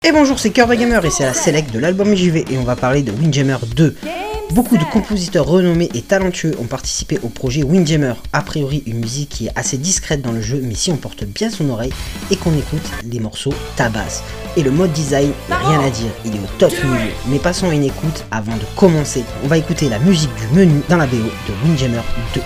Et bonjour, c'est Cœur de Gamer et c'est la select de l'album JV et on va parler de Windjammer 2. Beaucoup de compositeurs renommés et talentueux ont participé au projet Windjammer. A priori, une musique qui est assez discrète dans le jeu, mais si on porte bien son oreille et qu'on écoute, les morceaux tabassent. Et le mode design, rien à dire, il est au top niveau. Mais passons à une écoute avant de commencer. On va écouter la musique du menu dans la BO de Windjammer 2.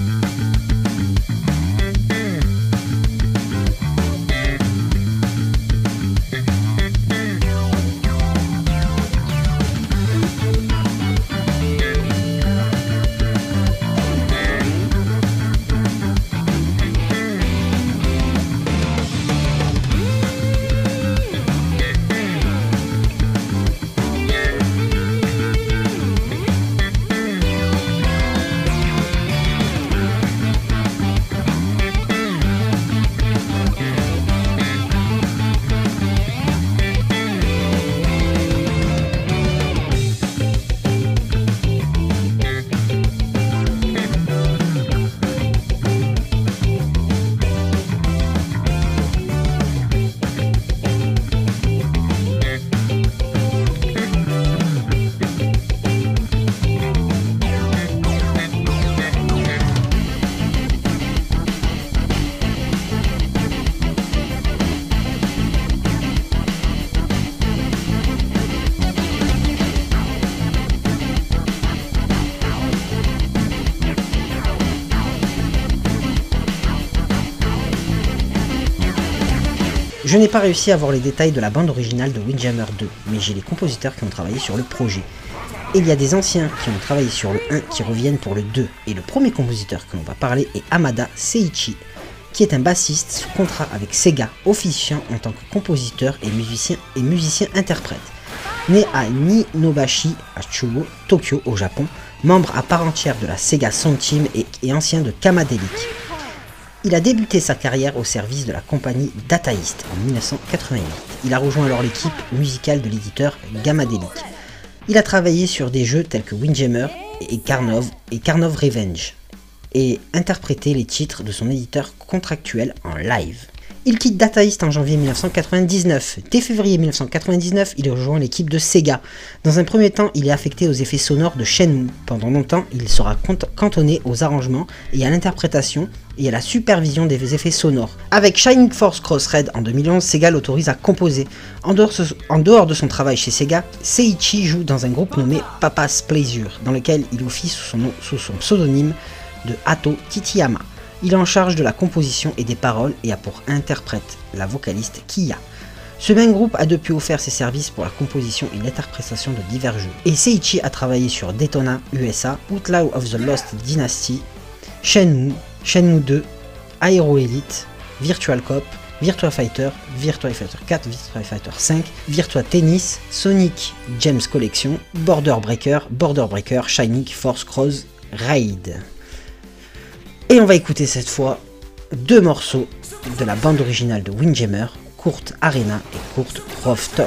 Je n'ai pas réussi à voir les détails de la bande originale de Windjammer 2, mais j'ai les compositeurs qui ont travaillé sur le projet. Et il y a des anciens qui ont travaillé sur le 1 qui reviennent pour le 2, et le premier compositeur que l'on va parler est Hamada Seiichi, qui est un bassiste sous contrat avec Sega, officiant en tant que compositeur et musicien-interprète. Né à Ninobashi, à Chuo, Tokyo au Japon, membre à part entière de la Sega Sound Team et ancien de Kamadelic. Il a débuté sa carrière au service de la compagnie Data East en 1988. Il a rejoint alors l'équipe musicale de l'éditeur Gamadelic. Il a travaillé sur des jeux tels que Windjammer et Carnov Revenge et interprété les titres de son éditeur contractuel en live. Il quitte Data East en janvier 1999. Dès février 1999, il rejoint l'équipe de Sega. Dans un premier temps, il est affecté aux effets sonores de Shenmue. Pendant longtemps, il sera cantonné aux arrangements et à l'interprétation et à la supervision des effets sonores. Avec Shining Force Cross Red en 2011, Sega l'autorise à composer. En dehors de son travail chez Sega, Seiichi joue dans un groupe nommé Papa's Pleasure, dans lequel il officie sous son pseudonyme de Hato Titiyama. Il est en charge de la composition et des paroles et a pour interprète la vocaliste Kiya. Ce même groupe a depuis offert ses services pour la composition et l'interprétation de divers jeux. Et Seiichi a travaillé sur Daytona USA, Outlaw of the Lost Dynasty, Shenmue 2, Aero Elite, Virtual Cop, Virtua Fighter 4, Virtua Fighter 5, Virtua Tennis, Sonic Gems Collection, Border Breaker, Shining Force Cross Raid. Et on va écouter cette fois deux morceaux de la bande originale de Windjammer, Kurt Arena et Kurt Rooftop.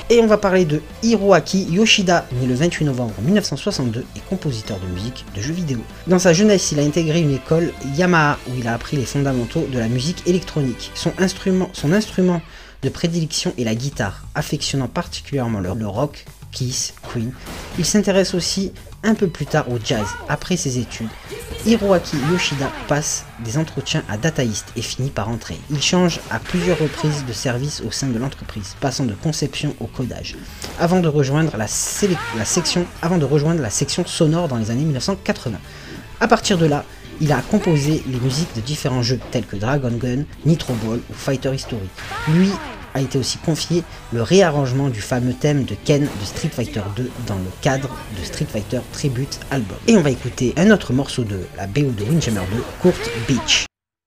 Et on va parler de Hiroaki Yoshida, né le 28 novembre 1962 et compositeur de musique de jeux vidéo. Dans sa jeunesse, il a intégré une école Yamaha où il a appris les fondamentaux de la musique électronique. Son instrument de prédilection est la guitare, affectionnant particulièrement le rock, Kiss, Queen. Il s'intéresse aussi un peu plus tard au jazz. Après ses études, Hiroaki Yoshida passe des entretiens à Data East et finit par entrer. Il change à plusieurs reprises de service au sein de l'entreprise, passant de conception au codage, avant de rejoindre la section sonore dans les années 1980. À partir de là, il a composé les musiques de différents jeux tels que Dragon Gun, Nitro Ball ou Fighter History. Lui a été aussi confié le réarrangement du fameux thème de Ken de Street Fighter 2 dans le cadre de Street Fighter Tribute Album. Et on va écouter un autre morceau de la BO de Windjammer 2, Kurt Beach.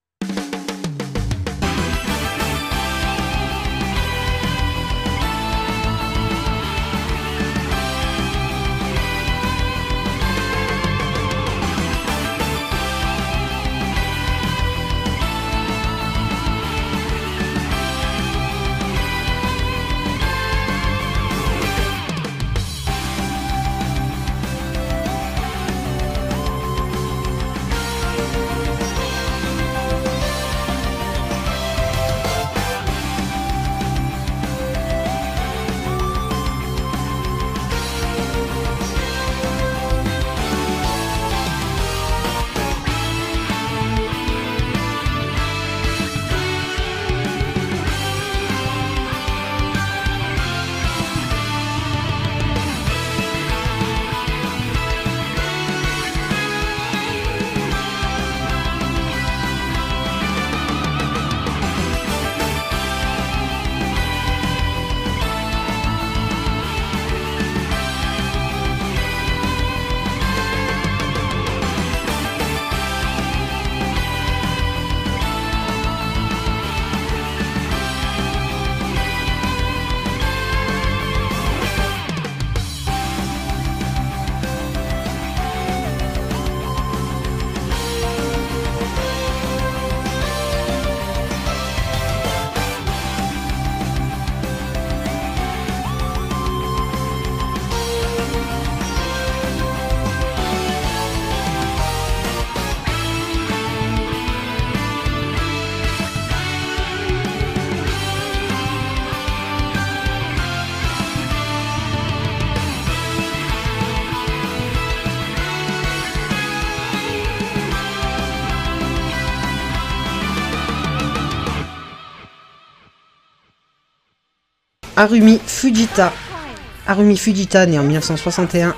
Harumi Fujita. Harumi Fujita, née en 1961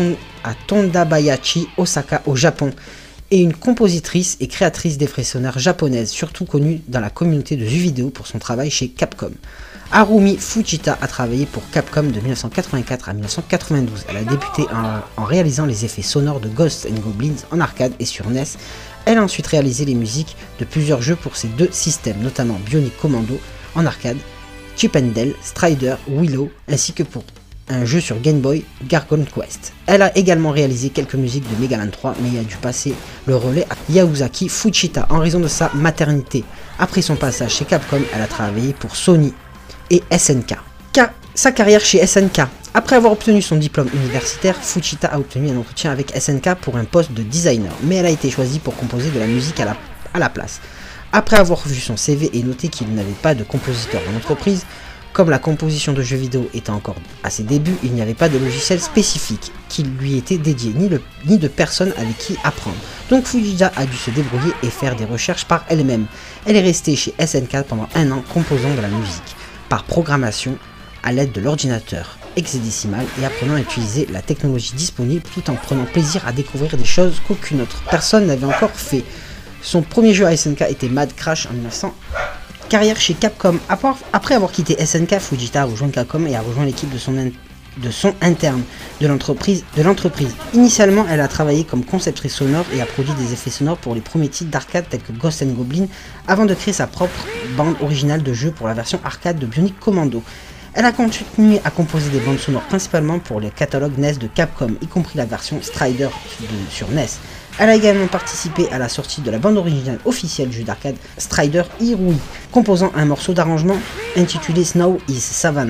à Tondabayashi, Osaka, au Japon, est une compositrice et créatrice d'effets sonores japonaise, surtout connue dans la communauté de jeux vidéo pour son travail chez Capcom. Harumi Fujita a travaillé pour Capcom de 1984 à 1992. Elle a débuté en réalisant les effets sonores de Ghosts and Goblins en arcade et sur NES. Elle a ensuite réalisé les musiques de plusieurs jeux pour ces deux systèmes, notamment Bionic Commando en arcade, Chip and Dale, Strider, Willow, ainsi que pour un jeu sur Game Boy, Gargoyle Quest. Elle a également réalisé quelques musiques de Mega Man 3, mais a dû passer le relais à Yasuyuki Fujita en raison de sa maternité. Après son passage chez Capcom, elle a travaillé pour Sony et SNK. Sa carrière chez SNK. Après avoir obtenu son diplôme universitaire, Fujita a obtenu un entretien avec SNK pour un poste de designer, mais elle a été choisie pour composer de la musique à la place. Après avoir vu son CV et noté qu'il n'avait pas de compositeur dans l'entreprise, comme la composition de jeux vidéo était encore à ses débuts, il n'y avait pas de logiciel spécifique qui lui était dédié, ni de personne avec qui apprendre. Donc Fujita a dû se débrouiller et faire des recherches par elle-même. Elle est restée chez SNK pendant un an composant de la musique, par programmation, à l'aide de l'ordinateur hexadécimal et apprenant à utiliser la technologie disponible tout en prenant plaisir à découvrir des choses qu'aucune autre personne n'avait encore fait. Son premier jeu à SNK était Mad Crash en 1900. Carrière chez Capcom. Après avoir quitté SNK, Fujita a rejoint Capcom et a rejoint l'équipe de son interne de l'entreprise. Initialement, elle a travaillé comme conceptrice sonore et a produit des effets sonores pour les premiers titres d'arcade tels que Ghosts and Goblins avant de créer sa propre bande originale de jeu pour la version arcade de Bionic Commando. Elle a continué à composer des bandes sonores principalement pour les catalogues NES de Capcom, y compris la version Strider sur NES. Elle a également participé à la sortie de la bande originale officielle du jeu d'arcade Strider Hirui, composant un morceau d'arrangement intitulé Snow is Savannah.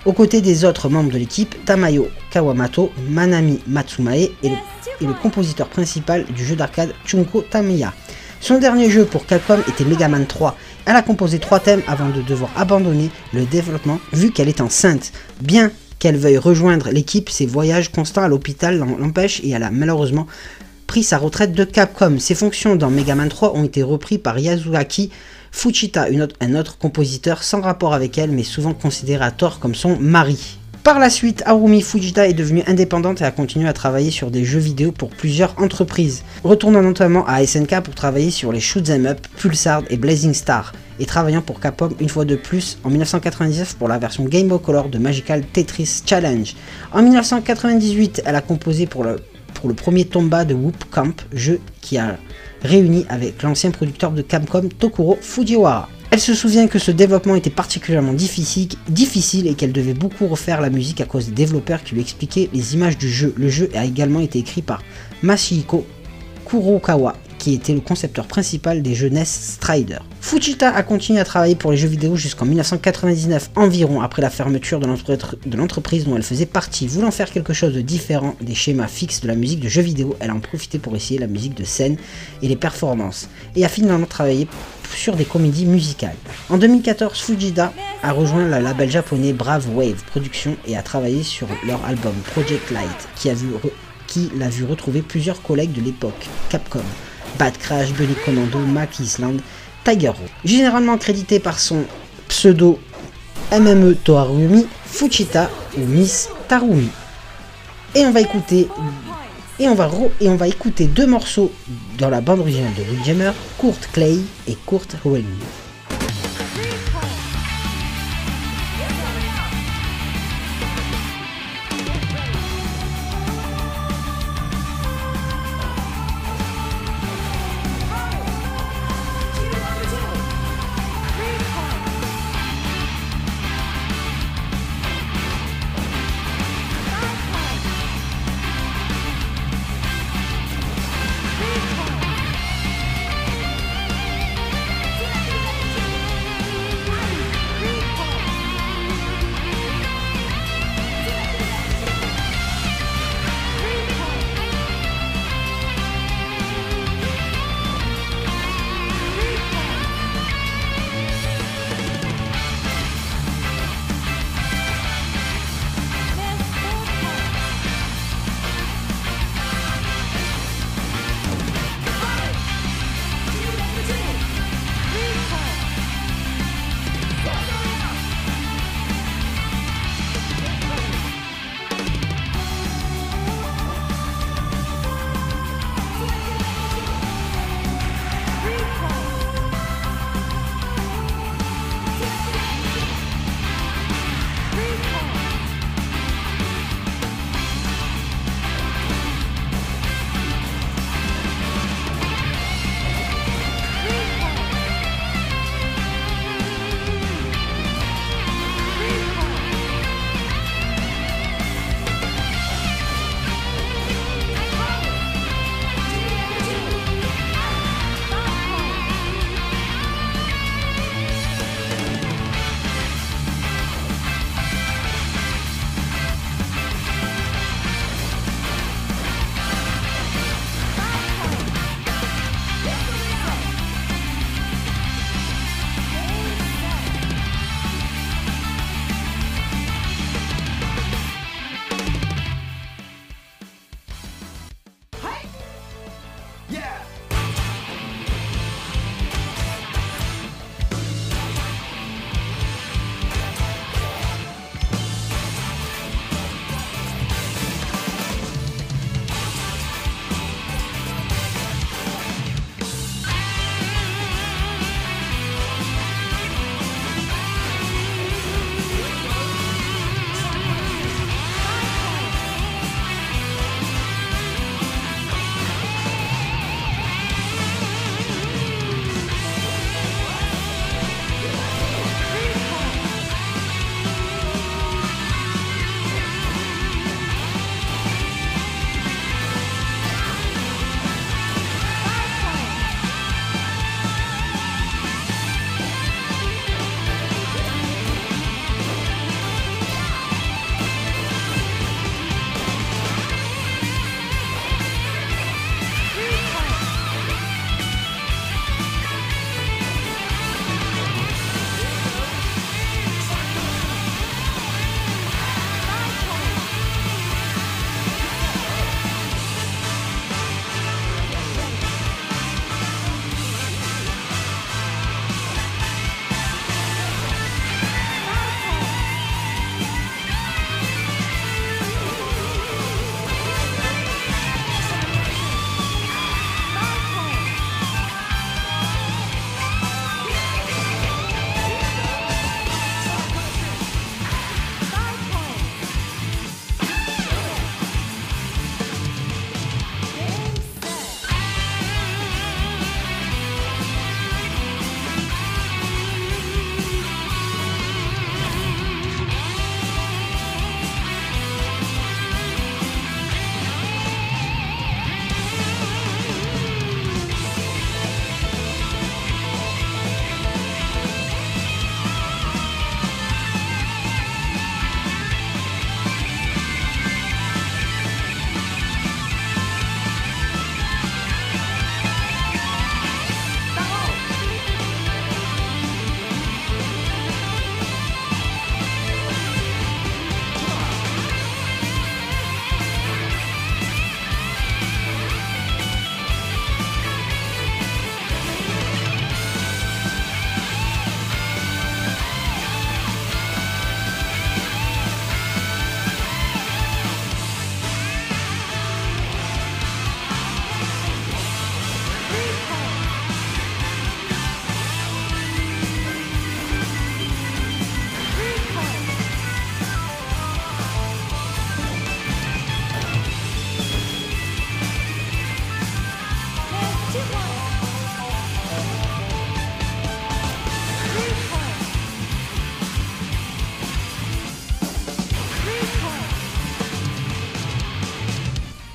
aux côtés des autres membres de l'équipe, Tamayo Kawamoto, Manami Matsumae et le compositeur principal du jeu d'arcade Chunko Tamiya. Son dernier jeu pour Capcom était Mega Man 3. Elle a composé 3 thèmes avant de devoir abandonner le développement vu qu'elle est enceinte. Bien qu'elle veuille rejoindre l'équipe, ses voyages constants à l'hôpital l'empêchent et elle a malheureusement pris sa retraite de Capcom. Ses fonctions dans Mega Man 3 ont été reprises par Yasuaki Fujita, un autre compositeur sans rapport avec elle mais souvent considéré à tort comme son mari. Par la suite, Harumi Fujita est devenue indépendante et a continué à travailler sur des jeux vidéo pour plusieurs entreprises, retournant notamment à SNK pour travailler sur les Shoot'em Up, Pulsar et Blazing Star, et travaillant pour Capcom une fois de plus en 1999 pour la version Game Boy Color de Magical Tetris Challenge. En 1998, elle a composé pour le premier Tomba de Whoop Camp, jeu qui a réuni avec l'ancien producteur de Capcom Tokuro Fujiwara. Elle se souvient que ce développement était particulièrement difficile et qu'elle devait beaucoup refaire la musique à cause des développeurs qui lui expliquaient les images du jeu. Le jeu a également été écrit par Masahiko Kurokawa, qui était le concepteur principal des jeux NES Strider. Fujita a continué à travailler pour les jeux vidéo jusqu'en 1999 environ, après la fermeture de l'entreprise dont elle faisait partie. Voulant faire quelque chose de différent des schémas fixes de la musique de jeux vidéo, elle a en profité pour essayer la musique de scène et les performances, et a finalement travaillé sur des comédies musicales. En 2014, Fujita a rejoint le label japonais Brave Wave Productions et a travaillé sur leur album Project Light, qui l'a vu retrouver plusieurs collègues de l'époque, Capcom, Bad Crash, Bunny Commando, Mac Island, Tiger Road. Généralement crédité par son pseudo MME Toharumi, Fujita ou Miss Tarumi. Et on va écouter deux morceaux dans la bande originale de Windjammer, Kurt Clay et Kurt Ruin.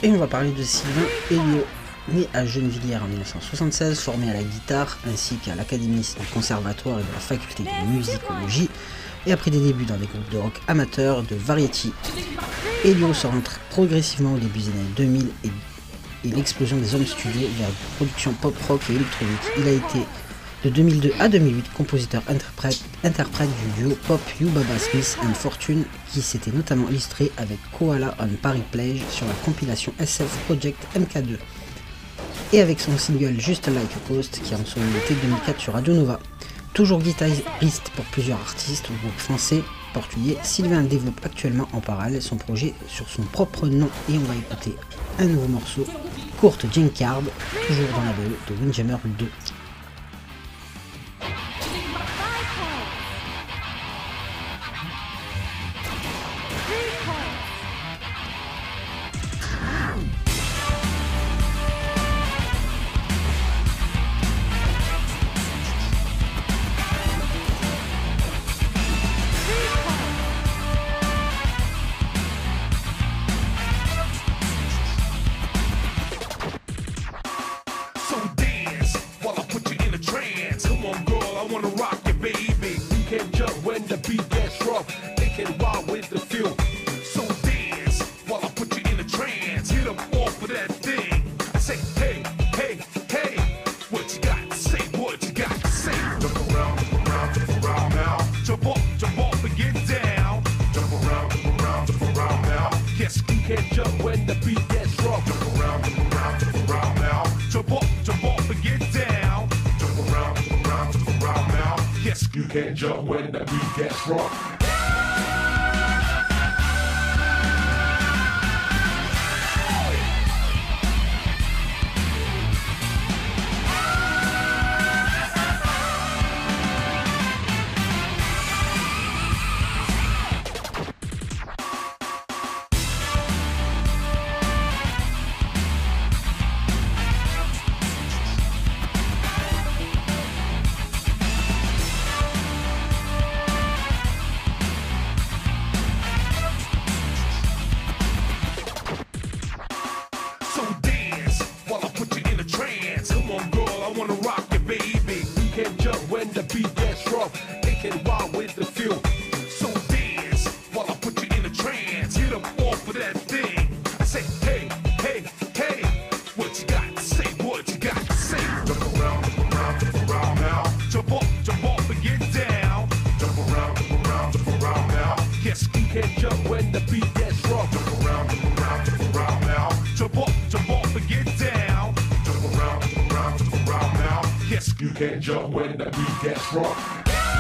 Et on va parler de Sylvain Elliot, né à Gennevilliers en 1976, formé à la guitare ainsi qu'à l'Académie du Conservatoire et de la Faculté de musicologie, et après des débuts dans des groupes de rock amateurs de variety. Elliot se rentre progressivement au début des années 2000 et l'explosion des home studios vers des productions pop-rock et électronique. Il a été de 2002 à 2008 compositeur-interprète du duo pop You Baba Smith and Fortune, qui s'était notamment illustré avec Koala on Paris Plage sur la compilation SF Project MK2, et avec son single Just Like a Ghost qui a en son l'été 2004 sur Radio Nova. Toujours guitariste pour plusieurs artistes ou groupes français, portugais, Sylvain développe actuellement en parallèle son projet sur son propre nom, et on va écouter un nouveau morceau, Courte Junkyard, toujours dans la BO de Windjammer 2. You can't jump when the beat gets rough. You can't jump when the beat gets rough.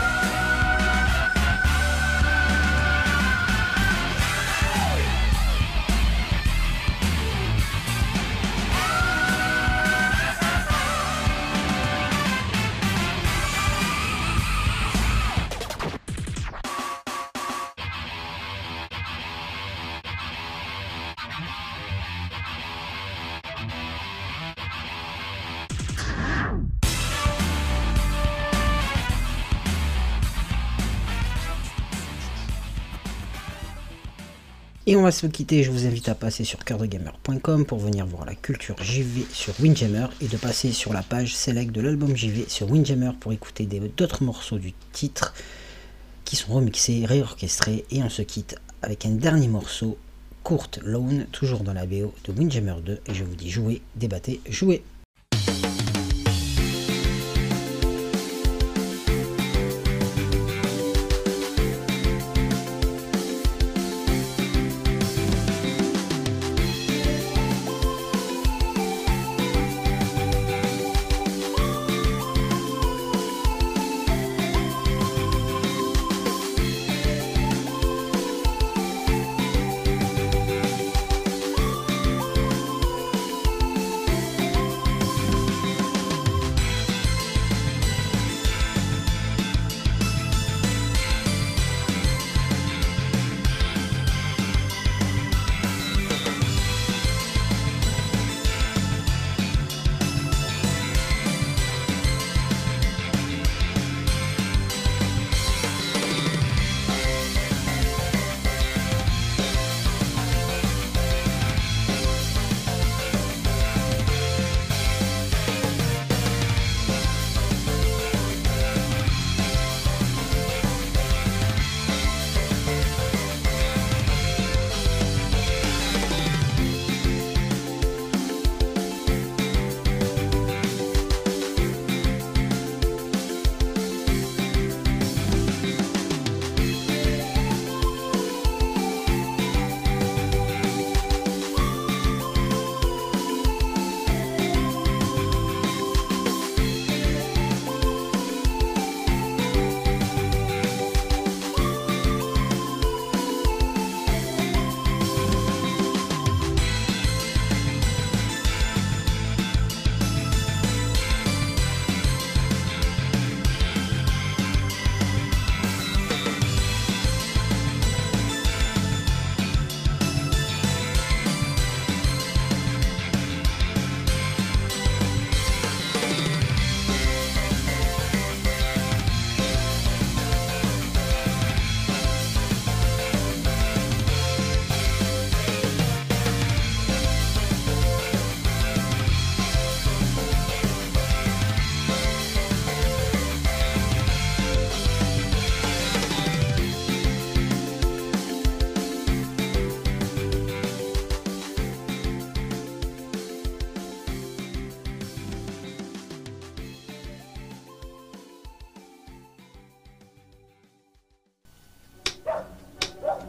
Et on va se quitter, je vous invite à passer sur coeurdegamer.com pour venir voir la culture JV sur Windjammer et de passer sur la page select de l'album JV sur Windjammer pour écouter d'autres morceaux du titre qui sont remixés, réorchestrés, et on se quitte avec un dernier morceau, Courte Lone, toujours dans la BO de Windjammer 2, et je vous dis jouez, débattez, jouez.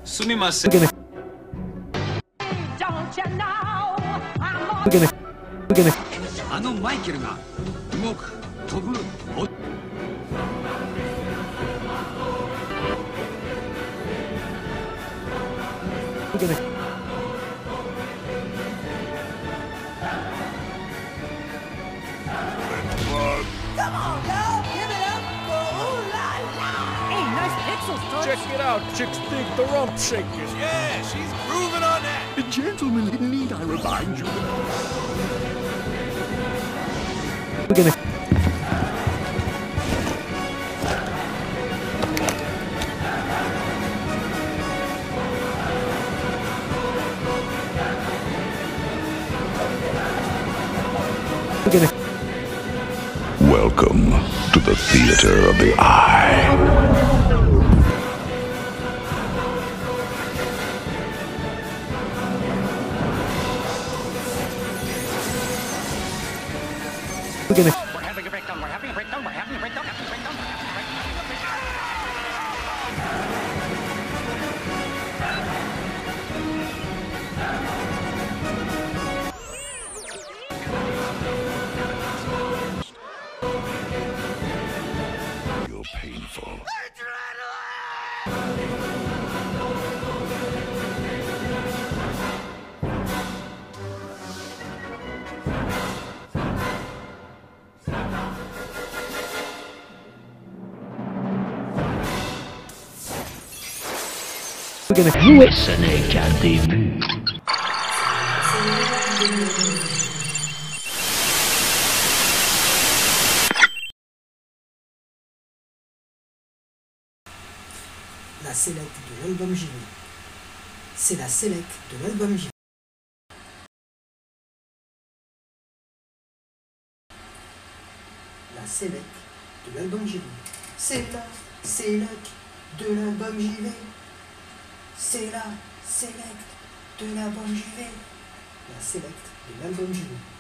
Sumimasen. Don't you know I'm あのマイケルが動く、飛ぶ、お Come on, y'all, give it up for Ooh La La! Hey, nice pixels, Toots! Check it out, chicks dig the rump shakers. Yeah, she's grooving on that. Gentlemen, need I remind you? Welcome to the theater of the eye. We're having a breakdown, we're having a breakdown, we're having a breakdown, having a breakdown, having a You're painful. Ce n'est qu'un début. La select de l'album JV. C'est la select de l'album JV. La select de l'album JV. C'est la select de l'album JV. C'est la select de l'album JV. La select de l'album JV.